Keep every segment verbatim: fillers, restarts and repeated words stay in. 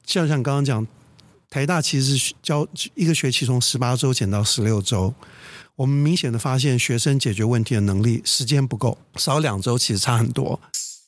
像像刚刚讲，台大其实是教一个学期从十八周减到十六周，我们明显的发现学生解决问题的能力时间不够，少两周其实差很多。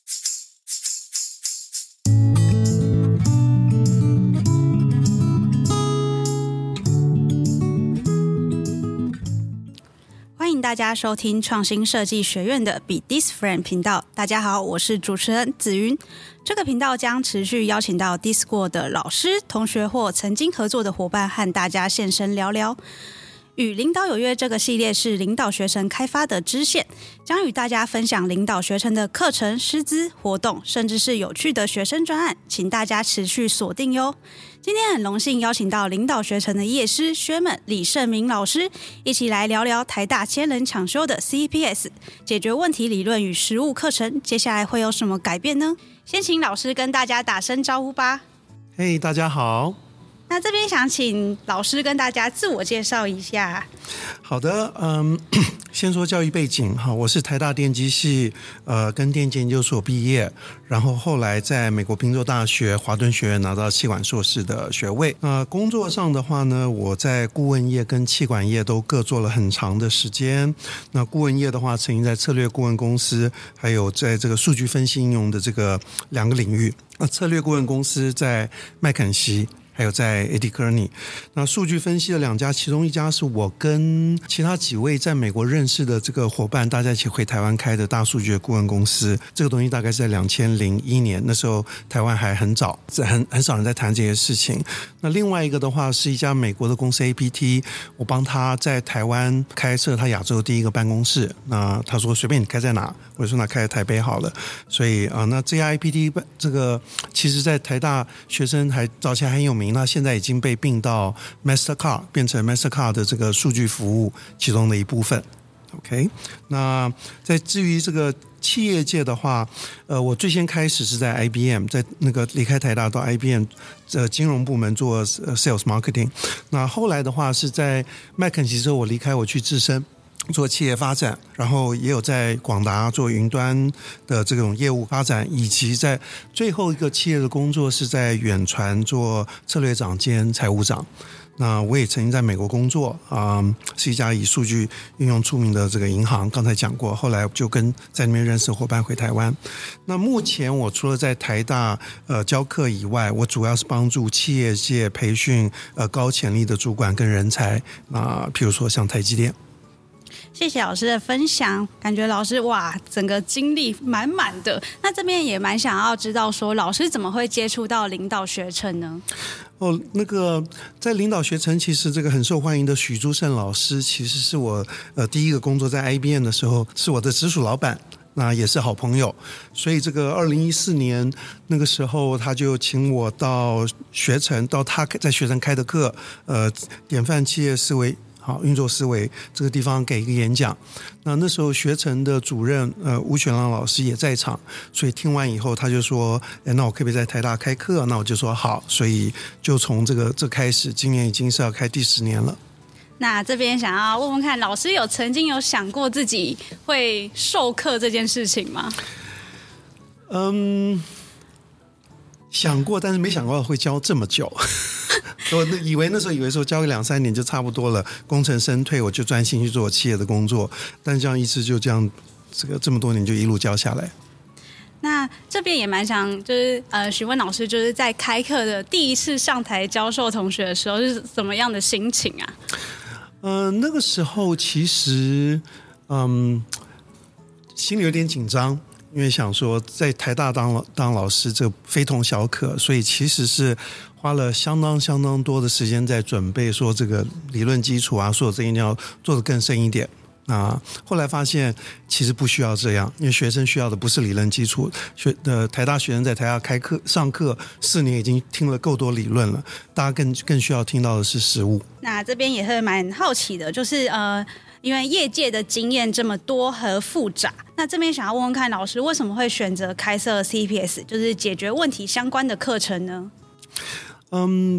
欢迎大家收听创新设计学院的 Be Different 频道。大家好，我是主持人子云。这个频道将持续邀请到 D-School 的老师、同学或曾经合作的伙伴，和大家现身聊聊。与领导有约这个系列是领导学程开发的支线，将与大家分享领导学程的课程、师资、活动，甚至是有趣的学生专案，请大家持续锁定哟。今天很荣幸邀请到领导学程的业师薛们李胜明老师，一起来聊聊台大千人抢修的 C P S 解决问题理论与实务课程，接下来会有什么改变呢？先请老师跟大家打声招呼吧。 嘿、hey, 大家好。 那这边想请老师跟大家自我介绍一下。 好的，嗯，先说教育背景哈，我是台大电机系呃跟电机研究所毕业，然后后来在美国宾州大学华顿学院拿到企管硕士的学位。那工作上的话呢，我在顾问业跟企管业都各做了很长的时间。那顾问业的话，曾经在策略顾问公司，还有在这个数据分析应用的这个两个领域。那策略顾问公司在麦肯锡，还有在 A D Kearney。 那数据分析的两家，其中一家是我跟其他几位在美国认识的这个伙伴，大家一起回台湾开的大数据的顾问公司。这个东西大概是在两千零一年，那时候台湾还很早，很很少人在谈这些事情。那另外一个的话是一家美国的公司 A P T， 我帮他在台湾开设他亚洲第一个办公室。那他说随便你开在哪，我说那开在台北好了。所以啊、呃，那这家 A P T 这个其实在台大学生还早期还很有名，那现在已经被并到 Mastercard， 变成 Mastercard 的这个数据服务其中的一部分。OK， 那在至于这个企业界的话，呃，我最先开始是在 I B M， 在那个离开台大到 I B M 呃金融部门做 sales marketing。那后来的话是在麦肯锡之后，我离开我去自身做企业发展，然后也有在广达做云端的这种业务发展，以及在最后一个企业的工作是在远传做策略长兼财务长。那我也曾经在美国工作啊、嗯，是一家以数据应用出名的这个银行，刚才讲过。后来就跟在那边认识的伙伴回台湾。那目前我除了在台大呃教课以外，我主要是帮助企业界培训呃高潜力的主管跟人才啊、呃，譬如说像台积电。 谢谢老师的分享，感觉老师哇，整个经历满满的。那这边也蛮想要知道说，老师怎么会接触到领导学程呢？ 哦，那个在领导学程，其实这个很受欢迎的许朱胜老师，其实是我呃第一个工作在 I B M 的时候，是我的直属老板。那也是好朋友，所以这个二零一四年那个时候，他就请我到学程，到他在学程开的课，呃，典范企业思维。好，运作思维这个地方给一个演讲。那那时候学程的主任呃吴选郎老师也在场，所以听完以后他就说，哎，那我可不可以在台大开课？那我就说好，所以就从这个这开始，今年已经是要开第十年了。 那这边想要问问看，老师有曾经有想过自己会授课这件事情吗？ 嗯，想过，但是没想过会教这么久。我以为那时候以为说教个两三年就差不多了，功成身退，我就专心去做我企业的工作。但这样一直就这样，这个这么多年就一路教下来。 那这边也蛮想就是呃询问老师，就是在开课的第一次上台教授同学的时候是怎么样的心情啊？ 呃，那个时候其实嗯心里有点紧张。因为想说在台大当当老师这非同小可，所以其实是花了相当相当多的时间在准备，说这个理论基础啊，所有这一定要做得更深一点。啊，后来发现其实不需要这样，因为学生需要的不是理论基础，学呃台大学生在台大开课上课四年已经听了够多理论了，大家更更需要听到的是实务。 那这边也是蛮好奇的，就是呃。因为业界的经验这么多和复杂，那这边想要问问看老师，为什么会选择开设 C P S， 就是解决问题相关的课程呢？ 嗯，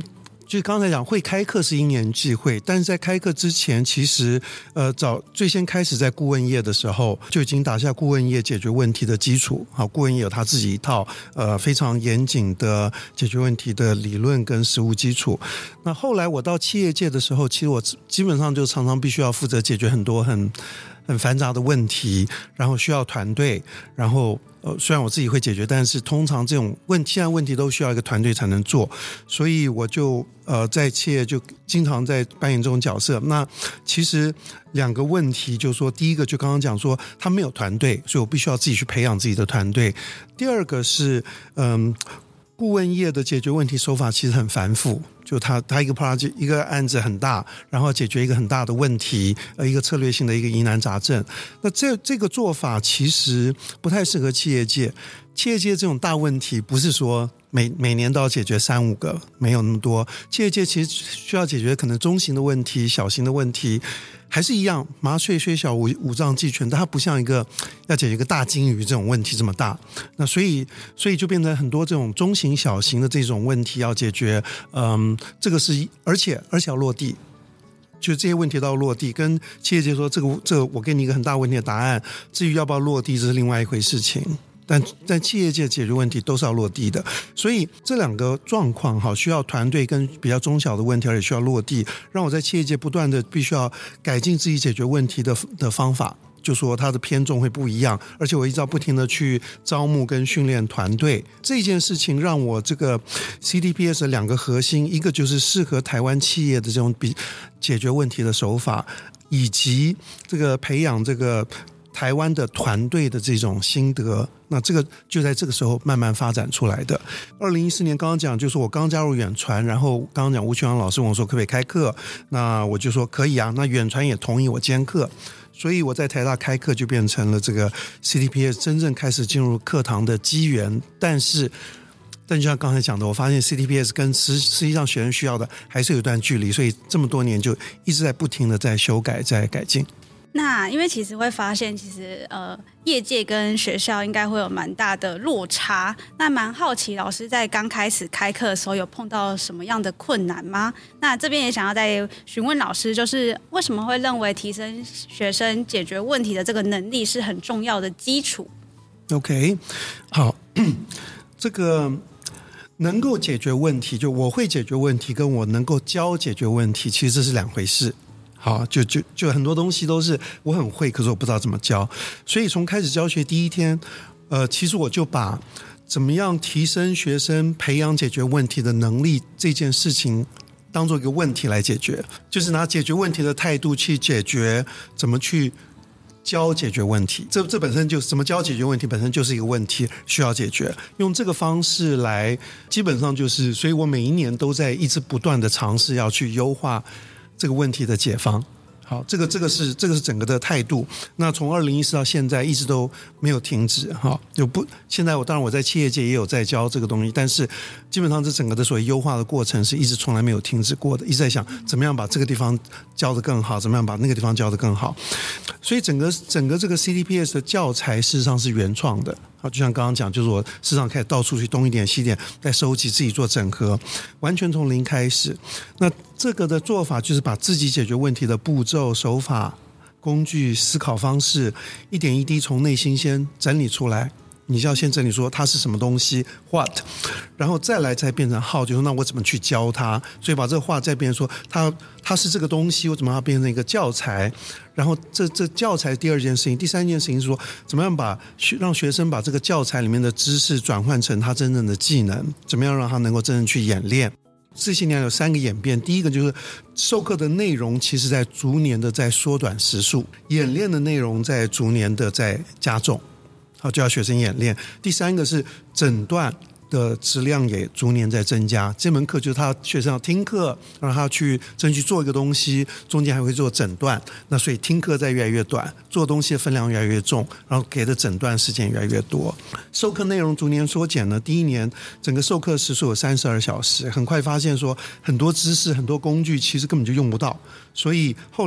就是刚才讲会开课是因缘际会，但是在开课之前，其实呃早最先开始在顾问业的时候就已经打下顾问业解决问题的基础。好，顾问业有他自己一套呃非常严谨的解决问题的理论跟实务基础。那后来我到企业界的时候，其实我基本上就常常必须要负责解决很多很很繁杂的问题，然后需要团队，然后呃虽然我自己会解决，但是通常这种问题现在问题都需要一个团队才能做，所以我就呃在企业就经常在扮演这种角色。那其实两个问题，就是说第一个就刚刚讲说他没有团队，所以我必须要自己去培养自己的团队。第二个是嗯。顾问业的解决问题手法其实很繁复，就他他一个 project 一个案子很大，然后解决一个很大的问题，呃，一个策略性的一个疑难杂症。那这这个做法其实不太适合企业界。企业界这种大问题不是说每每年都要解决三五个，没有那么多。企业界其实需要解决可能中型的问题、小型的问题，还是一样麻雀虽小五五脏俱全，但它不像一个要解决一个大鲸鱼这种问题这么大。那所以所以就变成很多这种中型、小型的这种问题要解决，嗯，这个是而且而且要落地。就这些问题都要落地，跟企业界说这个这个我给你一个很大问题的答案，至于要不要落地这是另外一回事情。但在企业界解决问题都是要落地的，所以这两个状况好，需要团队跟比较中小的问题，而且需要落地，让我在企业界不断的必须要改进自己解决问题的的方法。就说它的偏重会不一样，而且我一直要不停的去招募跟训练团队。这件事情让我这个 C T P S 的两个核心，一个就是适合台湾企业的这种比解决问题的手法，以及这个培养这个台湾的团队的这种心得，那这个就在这个时候慢慢发展出来的。二零一四年刚刚讲，就是我刚加入远传，然后刚刚讲吴群阳老师问我说可不可以开课，那我就说可以啊，那远传也同意我兼课，所以我在台大开课就变成了这个 C T P S 真正开始进入课堂的机缘。但是但就像刚才讲的，我发现 C T P S 跟实实际上学生需要的还是有一段距离，所以这么多年就一直在不停的在修改在改进。 那因为其实会发现，其实呃，业界跟学校应该会有蛮大的落差。那蛮好奇，老师在刚开始开课的时候，有碰到什么样的困难吗？那这边也想要再询问老师，就是为什么会认为提升学生解决问题的这个能力是很重要的基础 ？OK， 好，这个能够解决问题，就我会解决问题，跟我能够教解决问题，其实这是两回事。好，就就就很多东西都是我很会，可是我不知道怎么教。所以从开始教学第一天，呃，其实我就把怎么样提升学生培养解决问题的能力这件事情当做一个问题来解决，就是拿解决问题的态度去解决，怎么去教解决问题。这这本身就是怎么教解决问题，本身就是一个问题需要解决。用这个方式来，基本上就是，所以我每一年都在一直不断的尝试要去优化这个问题的解方。好，这个这个是这个是整个的态度。那从二零一四到现在一直都没有停止哈，就不现在我当然我在企业界也有在教这个东西，但是基本上这整个的所谓优化的过程是一直从来没有停止过的，一直在想怎么样把这个地方教得更好，怎么样把那个地方教得更好。所以整个整个这个 C T P S 的教材事实上是原创的。好，就像刚刚讲，就是我事实上开始到处去东一点西一点再收集，自己做整合，完全从零开始。那这个的做法就是把自己解决问题的步骤、手法、工具、思考方式一点一滴从内心先整理出来。你就要先整理说它是什么东西 what， 然后再来再变成 how， 就是那我怎么去教它。所以把这个话再变成说它它是这个东西，我怎么要变成一个教材。然后这这教材第二件事情，第三件事情是说怎么样把让学生把这个教材里面的知识转换成他真正的技能，怎么样让他能够真正去演练。这些年有三个演变，第一个就是授课的内容其实在逐年的在缩短时数，演练的内容在逐年的在加重，好，就要学生演练。第三个是诊断的质量也逐年在增加，这门课就是他学生要听课，让他去真去做一个东西，中间还会做诊断，那所以听课在越来越短，做东西的分量越来越重，然后给的诊断时间越来越多。授课内容逐年缩减呢，第一年整个授课时数有三十二小时，很快发现说很多知识很多工具其实根本就用不到，所以后来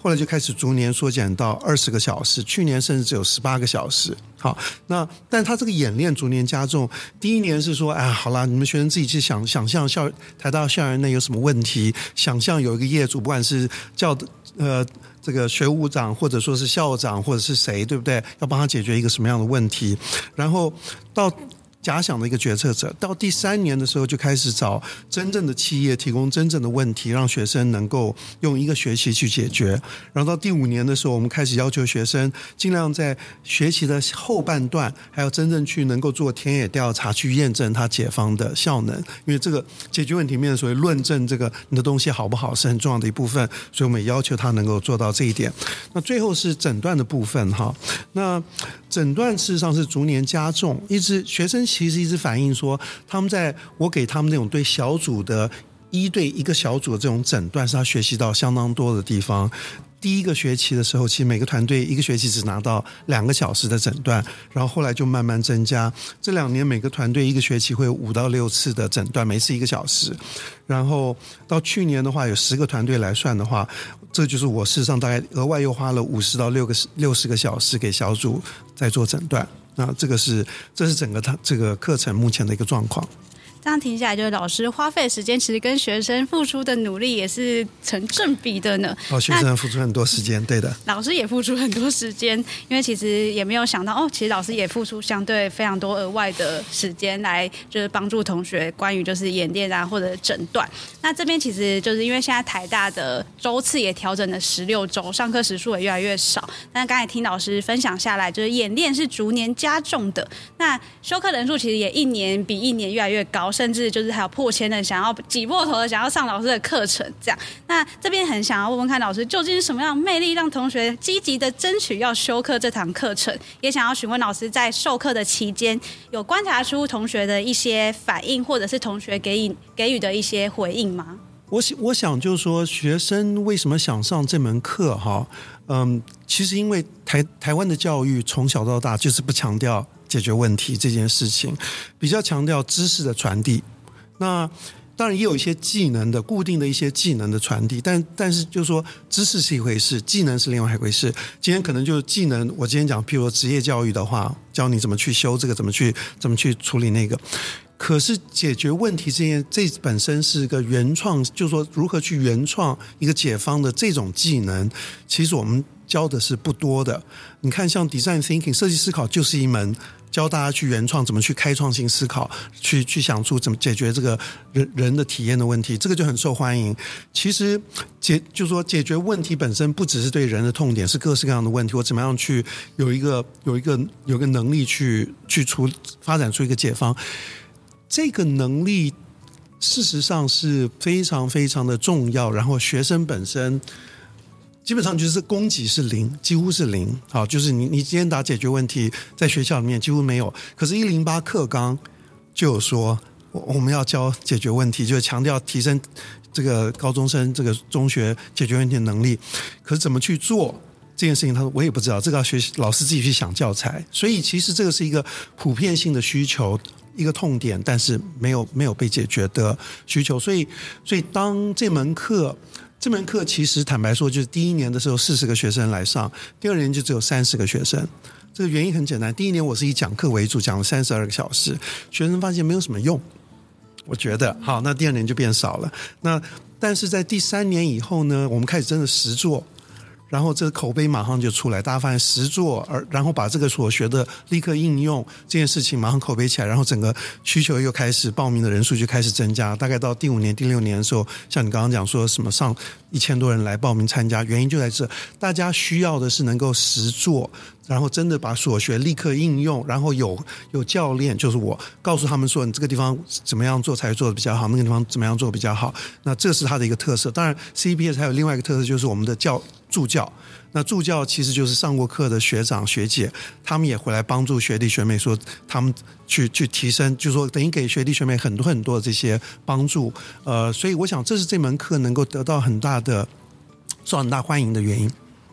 后来就开始逐年缩减到二十个小时，去年甚至只有十八个小时。好，那但他这个演练逐年加重。第一年是说，哎，好啦，你们学生自己去想想象校台大校园内有什么问题，想象有一个业主，不管是教呃这个学务长，或者说是校长，或者是谁，对不对？要帮他解决一个什么样的问题，然后到假想的一个决策者，到第三年的时候就开始找真正的企业提供真正的问题，让学生能够用一个学期去解决。然后到第五年的时候，我们开始要求学生尽量在学期的后半段还要真正去能够做田野调查，去验证它解方的效能，因为这个解决问题面所谓论证这个你的东西好不好是很重要的一部分，所以我们也要求他能够做到这一点。那最后是诊断的部分哈，那诊断事实上是逐年加重，一直学生其实一直反映说，他们在我给他们那种对小组的一对一个小组的这种诊断，是他学习到相当多的地方。第一个学期的时候，其实每个团队一个学期只拿到两个小时的诊断，然后后来就慢慢增加。这两年每个团队一个学期会有五到六次的诊断，每次一个小时。然后到去年的话，有十个团队来算的话，这就是我事实上大概额外又花了五十到六个六十个小时给小组在做诊断。那这个是这是整个它这个课程目前的一个状况。 这样听下来，就是老师花费的时间其实跟学生付出的努力也是成正比的呢。 哦，学生付出很多时间，对的。 老师也付出很多时间，因为其实也没有想到哦，其实老师也付出相对非常多额外的时间来就是帮助同学关于就是演练啊或者诊断。那这边其实就是因为现在台大的周次也调整了十六周，上课时数也越来越少。但刚才听老师分享下来，就是演练是逐年加重的。那修课人数其实也一年比一年越来越高。甚至就是还有破千的想要挤破头的想要上老师的课程，这样。那这边很想要问问看老师，究竟是什么样的魅力让同学积极的争取要修课这堂课程？也想要询问老师，在授课的期间，有观察出同学的一些反应，或者是同学给予给予的一些回应吗？ 我我想就是说，学生为什么想上这门课哈？嗯，其实因为台台湾的教育从小到大就是不强调解决问题这件事情，比较强调知识的传递。那当然也有一些技能的固定的一些技能的传递，但但是就是说知识是一回事，技能是另外一回事。今天可能就是技能，我今天讲，譬如说职业教育的话，教你怎么去修这个，怎么去怎么去处理那个。可是解决问题这件，这本身是个原创，就是说如何去原创一个解方的这种技能，其实我们教的是不多的。你看，像 design thinking 设计思考就是一门教大家去原创，怎么去开创性思考，去去想出怎么解决这个人人的体验的问题，这个就很受欢迎。其实解就是说解决问题本身不只是对人的痛点，是各式各样的问题，我怎么样去有一个有一个有一个能力去去出发展出一个解方。这个能力事实上是非常非常的重要，然后学生本身基本上就是供给是零，几乎是零。好，就是你你今天打解决问题，在学校里面几乎没有。可是一零八课纲就有说，我们要教解决问题，就是强调提升这个高中生这个中学解决问题的能力。可是怎么去做这件事情，他说我也不知道，这个要学老师自己去想教材。所以其实这个是一个普遍性的需求，一个痛点，但是没有没有被解决的需求。所以所以当这门课这门课其实坦白说，就是第一年的时候四十个学生来上，第二年就只有三十个学生。这个原因很简单，第一年我是以讲课为主，讲了三十二个小时，学生发现没有什么用，我觉得好，那第二年就变少了。那但是在第三年以后呢，我们开始真的实做，然后这个口碑马上就出来，大家发现实做，而然后把这个所学的立刻应用这件事情马上口碑起来，然后整个需求又开始，报名的人数就开始增加。大概到第五年第六年的时候，像你刚刚讲说什么上一千多人来报名参加，原因就在这，大家需要的是能够实做，然后真的把所学立刻应用，然后有有教练，就是我告诉他们说你这个地方怎么样做才做的比较好，那个地方怎么样做比较好，那这是它的一个特色。当然 C P S 还有另外一个特色，就是我们的教助教，那助教其实就是上过课的学长学姐，他们也回来帮助学弟学妹，说他们去去提升，就是说等于给学弟学妹很多很多的这些帮助。呃，所以我想这是这门课能够得到很大的受很大欢迎的原因。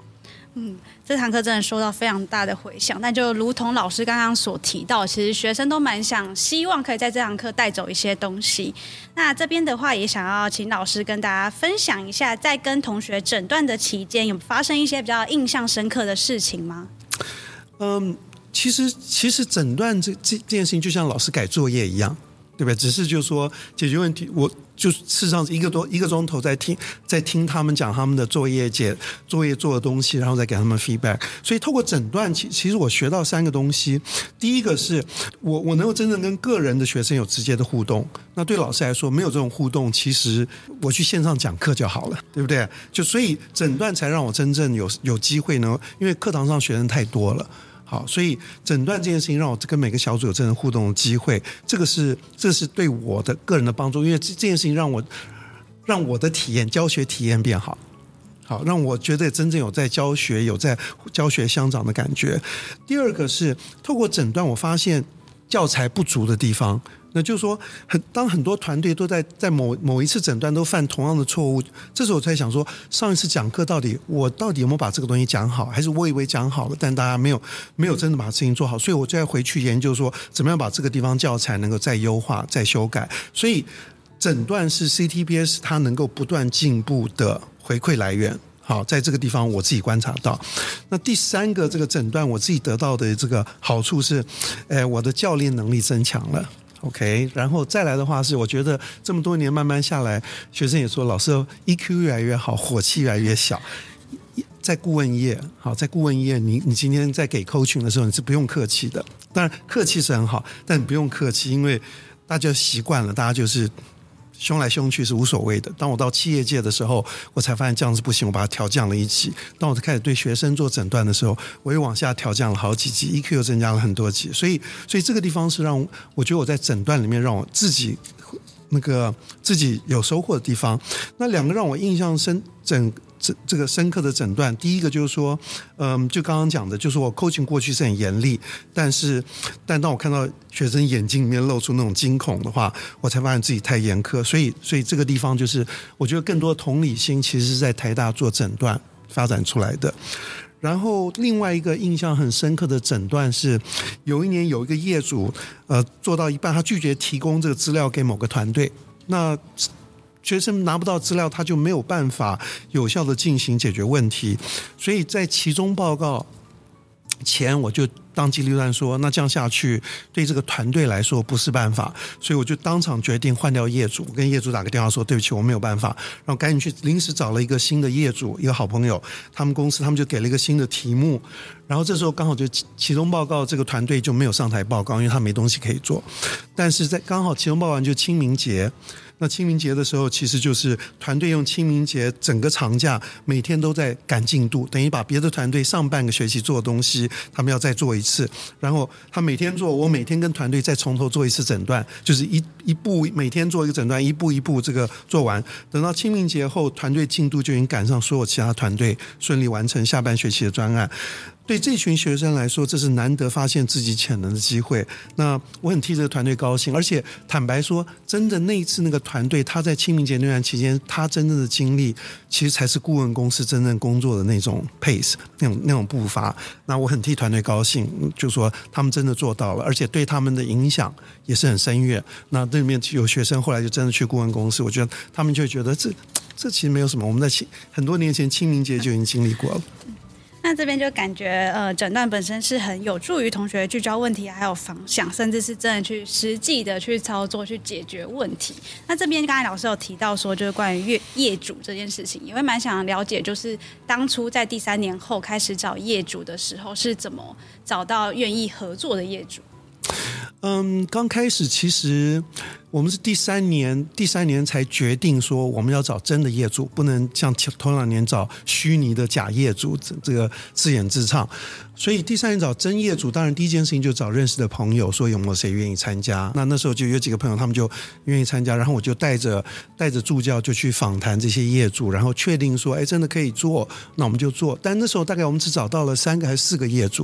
嗯，这堂课真的收到非常大的回响，但就如同老师刚刚所提到，其实学生都蛮想希望可以在这堂课带走一些东西。那这边的话也想要请老师跟大家分享一下，在跟同学诊断的期间有发生一些比较印象深刻的事情吗？ 嗯，其实其实诊断这这这件事情就像老师改作业一样，对不对？只是就是说解决问题，我就事实上一个多一个钟头在听在听他们讲他们的作业解作业做的东西，然后再给他们 feedback。所以透过诊断，其其实我学到三个东西。第一个是我我能够真正跟个人的学生有直接的互动。那对老师来说，没有这种互动，其实我去线上讲课就好了，对不对？就所以诊断才让我真正有有机会呢，因为课堂上学生太多了。好，所以诊断这件事情让我跟每个小组有真正互动的机会，这个是这是对我的个人的帮助，因为这件事情让我让我的体验教学体验变好，好让我觉得真正有在教学有在教学相长的感觉。第二个是透过诊断，我发现教材不足的地方。那就是说很当很多团队都在在某某一次诊断都犯同样的错误，这时候我才想说，上一次讲课到底我到底有没有把这个东西讲好，还是我以为讲好了，但大家没有没有真的把事情做好，所以我就要回去研究说怎么样把这个地方教材能够再优化再修改。所以诊断是 C T B S 它能够不断进步的回馈来源。好，在这个地方我自己观察到。那第三个这个诊断我自己得到的这个好处是，呃，我的教练能力增强了。OK， 然后再来的话是，我觉得这么多年慢慢下来，学生也说老师 E Q 越来越好，火气越来越小。在顾问业，好，在顾问业，你你今天在给 coaching 的时候，你是不用客气的。当然客气是很好，但你不用客气，因为大家习惯了，大家就是凶来凶去是无所谓的。当我到企业界的时候，我才发现这样子不行，我把它调降了一级。当我开始对学生做诊断的时候，我又往下调降了好几级 ，E Q 又增加了很多级。所以，所以这个地方是让我觉得我在诊断里面让我自己那个自己有收获的地方。那两个让我印象深整。这这个深刻的诊断，第一个就是说，嗯，就刚刚讲的，就是我 coaching 过去是很严厉，但是，但当我看到学生眼睛里面露出那种惊恐的话，我才发现自己太严苛，所以，所以这个地方就是，我觉得更多的同理心其实是在台大做诊断发展出来的。然后另外一个印象很深刻的诊断是，有一年有一个业主，呃，做到一半，他拒绝提供这个资料给某个团队，那学生拿不到资料，他就没有办法有效的进行解决问题。所以在期中报告前，我就当机立断说，那这样下去对这个团队来说不是办法，所以我就当场决定换掉业主。我跟业主打个电话说，对不起，我没有办法，然后赶紧去临时找了一个新的业主，一个好朋友，他们公司他们就给了一个新的题目，然后这时候刚好就期中报告这个团队就没有上台报告，因为他没东西可以做。但是在刚好期中报告完就清明节，那清明节的时候，其实就是团队用清明节整个长假，每天都在赶进度，等于把别的团队上半个学期做的东西，他们要再做一次。然后他每天做，我每天跟团队再从头做一次诊断，就是一一步每天做一个诊断，一步一步这个做完。等到清明节后，团队进度就已经赶上所有其他团队，顺利完成下半学期的专案。对这群学生来说，这是难得发现自己潜能的机会。那我很替这个团队高兴，而且坦白说，真的那一次那个团队，他在清明节那段期间，他真正的经历，其实才是顾问公司真正工作的那种 pace， 那种那种步伐。那我很替团队高兴，就说他们真的做到了，而且对他们的影响也是很深远。那这里面有学生后来就真的去顾问公司，我觉得他们就会觉得这这其实没有什么，我们在很多年前清明节就已经经历过了。 那这边就感觉呃，诊断本身是很有助于同学聚焦问题还有方向，甚至是真的去实际的去操作去解决问题。那这边刚才老师有提到说，就是关于业主这件事情，也会蛮想了解，就是当初在第三年后开始找业主的时候，是怎么找到愿意合作的业主？ 嗯，刚开始其实我们是第三年，第三年才决定说我们要找真的业主，不能像头两年找虚拟的假业主，这个自演自唱。所以第三年找真业主，当然第一件事情就找认识的朋友，说有没有谁愿意参加。那那时候就有几个朋友，他们就愿意参加，然后我就带着带着助教就去访谈这些业主，然后确定说，哎，真的可以做，那我们就做。但那时候大概我们只找到了三个还是四个业主。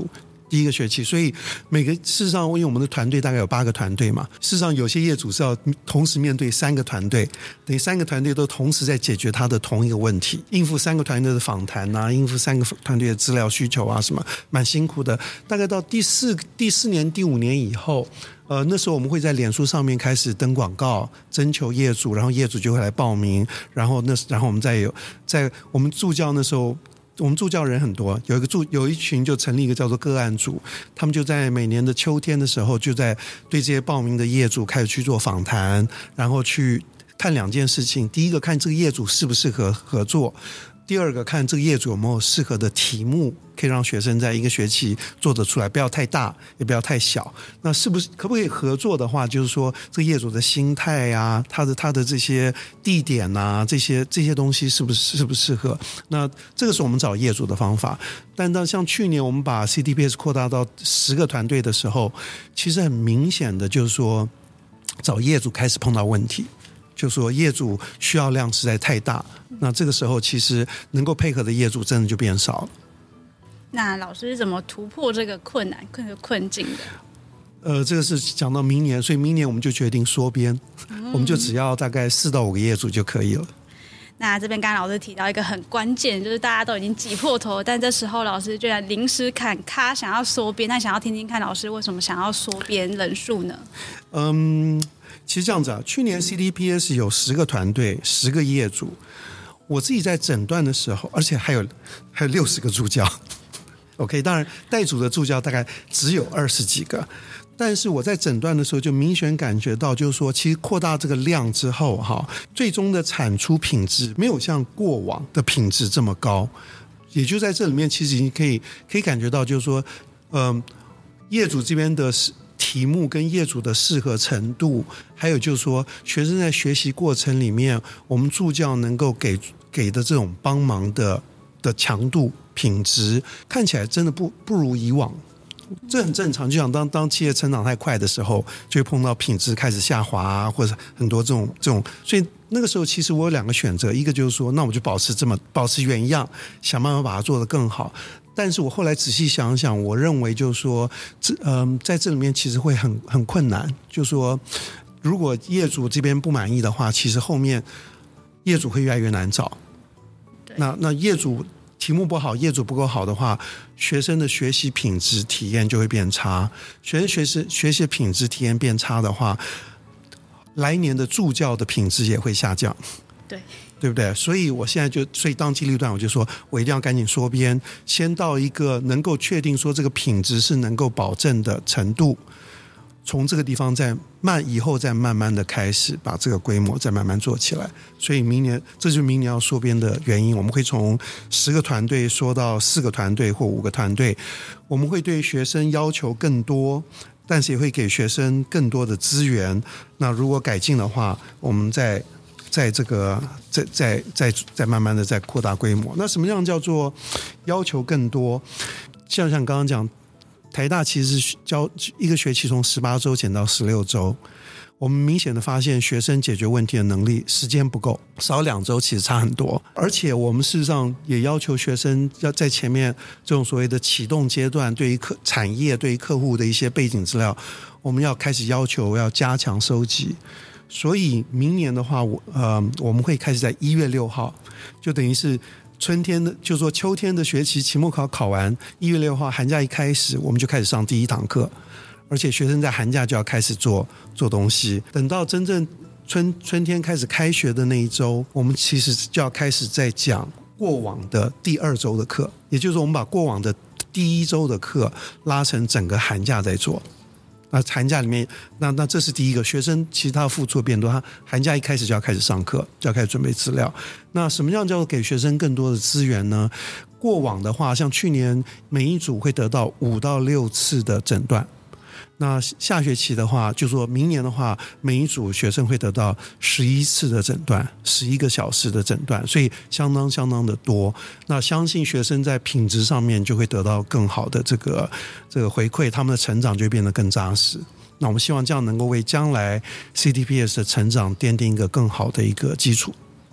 第一个学期，所以每个事实上，因为我们的团队大概有八个团队嘛，事实上有些业主是要同时面对三个团队，等于三个团队都同时在解决他的同一个问题，应付三个团队的访谈啊，应付三个团队的资料需求啊，什么蛮辛苦的。大概到第四第四年、第五年以后，呃，那时候我们会在脸书上面开始登广告，征求业主，然后业主就会来报名，然后那然后我们再有在我们助教那时候。我们助教人很多，有一个助有一群就成立一个叫做个案组，他们就在每年的秋天的时候，就在对这些报名的业主开始去做访谈，然后去看两件事情：第一个看这个业主适不适合合作；第二个看这个业主有没有适合的题目，可以让学生在一个学期做得出来，不要太大，也不要太小。那是不是可不可以合作的话，就是说这个业主的心态啊，他的他的这些地点啊，这些这些东西是不是适不适合？那这个是我们找业主的方法。但到像去年我们把 C T P S 扩大到十个团队的时候，其实很明显的就是说，找业主开始碰到问题。就说业主需要量实在太大，那这个时候其实能够配合的业主真的就变少了。 那老师怎么突破这个困难、这个困境的？ 呃，这个是讲到明年，所以明年我们就决定缩编，嗯、我们就只要大概四到五个业主就可以了。 那这边刚刚老师提到一个很关键，就是大家都已经挤破头，但这时候老师居然临时砍咖，想要缩编。那想要听听看老师为什么想要缩编人数呢？嗯。 其实这样子啊，去年 C T P S 有十个团队，十个业主。我自己在诊断的时候，而且还有还有六十个助教。OK， 当然带组的助教大概只有二十几个，但是我在诊断的时候就明显感觉到，就是说，其实扩大这个量之后，哈，最终的产出品质没有像过往的品质这么高。也就在这里面，其实你可以可以感觉到，就是说，嗯、呃，业主这边的是。题目跟业主的适合程度，还有就是说学生在学习过程里面，我们助教能够给给的这种帮忙的的强度品质，看起来真的不不如以往。这很正常，就像当当企业成长太快的时候，就会碰到品质开始下滑啊，或者很多这种这种，所以那个时候其实我有两个选择，一个就是说，那我就保持这么保持原样，想办法把它做得更好。但是我后来仔细想想，我认为就是说，这嗯、呃，在这里面其实会很很困难。就是说，如果业主这边不满意的话，其实后面业主会越来越难找。那那业主题目不好，业主不够好的话，学生的学习品质体验就会变差。学生学习学习品质体验变差的话，来年的助教的品质也会下降。 对。 对不对？所以我现在就，所以当机立断，我就说我一定要赶紧缩编，先到一个能够确定说这个品质是能够保证的程度，从这个地方再慢以后再慢慢的开始把这个规模再慢慢做起来。所以明年，这就是明年要缩编的原因。我们会从十个团队缩到四个团队或五个团队，我们会对学生要求更多，但是也会给学生更多的资源。那如果改进的话，我们再。在这个再再再再慢慢的再扩大规模。那什么样叫做要求更多？像像刚刚讲，台大其实是教一个学期从十八周减到十六周，我们明显的发现学生解决问题的能力时间不够，少两周其实差很多。而且我们事实上也要求学生要在前面这种所谓的启动阶段，对于客产业对于客户的一些背景资料，我们要开始要求要加强收集。所以明年的话，我呃我们会开始在一月六号，就等于是春天的，就是说秋天的学期期末考考完，一月六号寒假一开始，我们就开始上第一堂课，而且学生在寒假就要开始做做东西。等到真正春春天开始开学的那一周，我们其实就要开始在讲过往的第二周的课，也就是说我们把过往的第一周的课拉成整个寒假在做。那寒假里面，那那这是第一个，学生其实他付出的变多，他寒假一开始就要开始上课，就要开始准备资料。那什么样叫做给学生更多的资源呢？过往的话，像去年每一组会得到五到六次的诊断。那下学期的话，就说明年的话，每一组学生会得到十一次的诊断，十一个小时的诊断，所以相当相当的多。那相信学生在品质上面就会得到更好的这个这个回馈，他们的成长就会变得更扎实。那我们希望这样能够为将来 C T P S 的成长奠定一个更好的一个基础。 这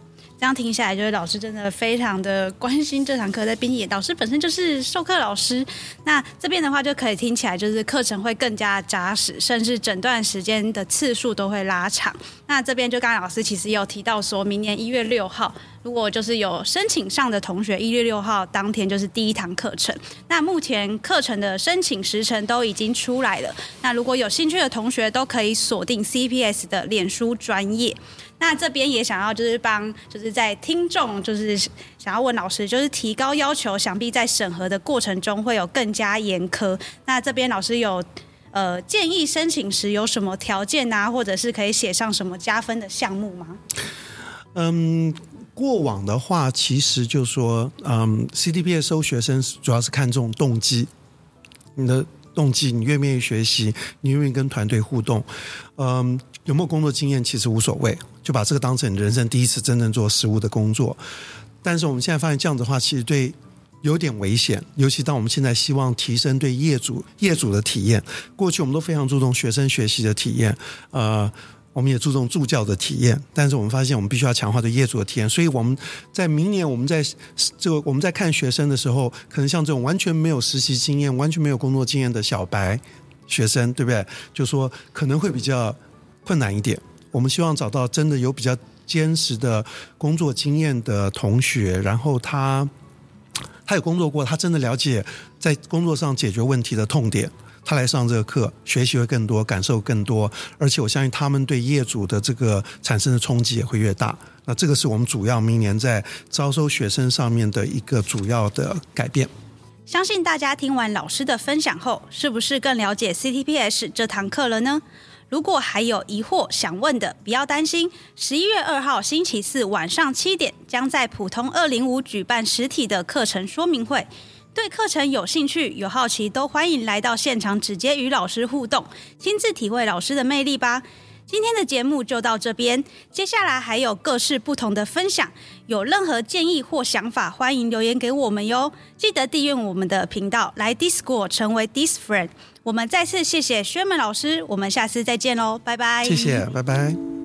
这样听下来，就是老师真的非常的关心这堂课，在并且老师本身就是授课老师，那这边的话就可以听起来就是课程会更加扎实，甚至整段时间的次数都会拉长。那这边就刚才老师其实也有提到说，明年一月六号，如果就是有申请上的同学，一月六号当天就是第一堂课程。那目前课程的申请时程都已经出来了，那如果有兴趣的同学都可以锁定 C P S 的脸书专页。那这边也想要就是帮就是在听众就是想要问老师，就是提高要求，想必在审核的过程中会有更加严苛。那这边老师有呃建议申请时有什么条件啊，或者是可以写上什么加分的项目吗？ 嗯。过往的话，其实就说，嗯 ，C T P S 收学生主要是看重动机，你的动机，你愿不愿意学习，你愿不愿意跟团队互动，嗯，有没有工作经验其实无所谓，就把这个当成你人生第一次真正做实务的工作。但是我们现在发现这样子的话，其实对有点危险，尤其当我们现在希望提升对业主业主的体验，过去我们都非常注重学生学习的体验，呃。我们也注重助教的体验，但是我们发现我们必须要强化对业主的体验，所以我们在明年我们在这个我们在看学生的时候，可能像这种完全没有实习经验、完全没有工作经验的小白学生，对不对？就说可能会比较困难一点。我们希望找到真的有比较坚实的工作经验的同学，然后他他有工作过，他真的了解在工作上解决问题的痛点。他来上这个课，学习会更多，感受更多，而且我相信他们对业主的这个产生的冲击也会越大。那这个是我们主要明年在招收学生上面的一个主要的改变。 相信大家听完老师的分享后，是不是更了解 C T P S 这堂课了呢？如果还有疑惑想问的，不要担心，十一月二号星期四晚上七点，将在普通二零五举办实体的课程说明会。对课程有兴趣、有好奇，都欢迎来到现场直接与老师互动，亲自体会老师的魅力吧。今天的节目就到这边，接下来还有各式不同的分享，有任何建议或想法，欢迎留言给我们哟。记得订阅我们的频道，来 Discord 成为 Disfriend。我们再次谢谢薛门老师，我们下次再见喽，拜拜。 谢谢，拜拜。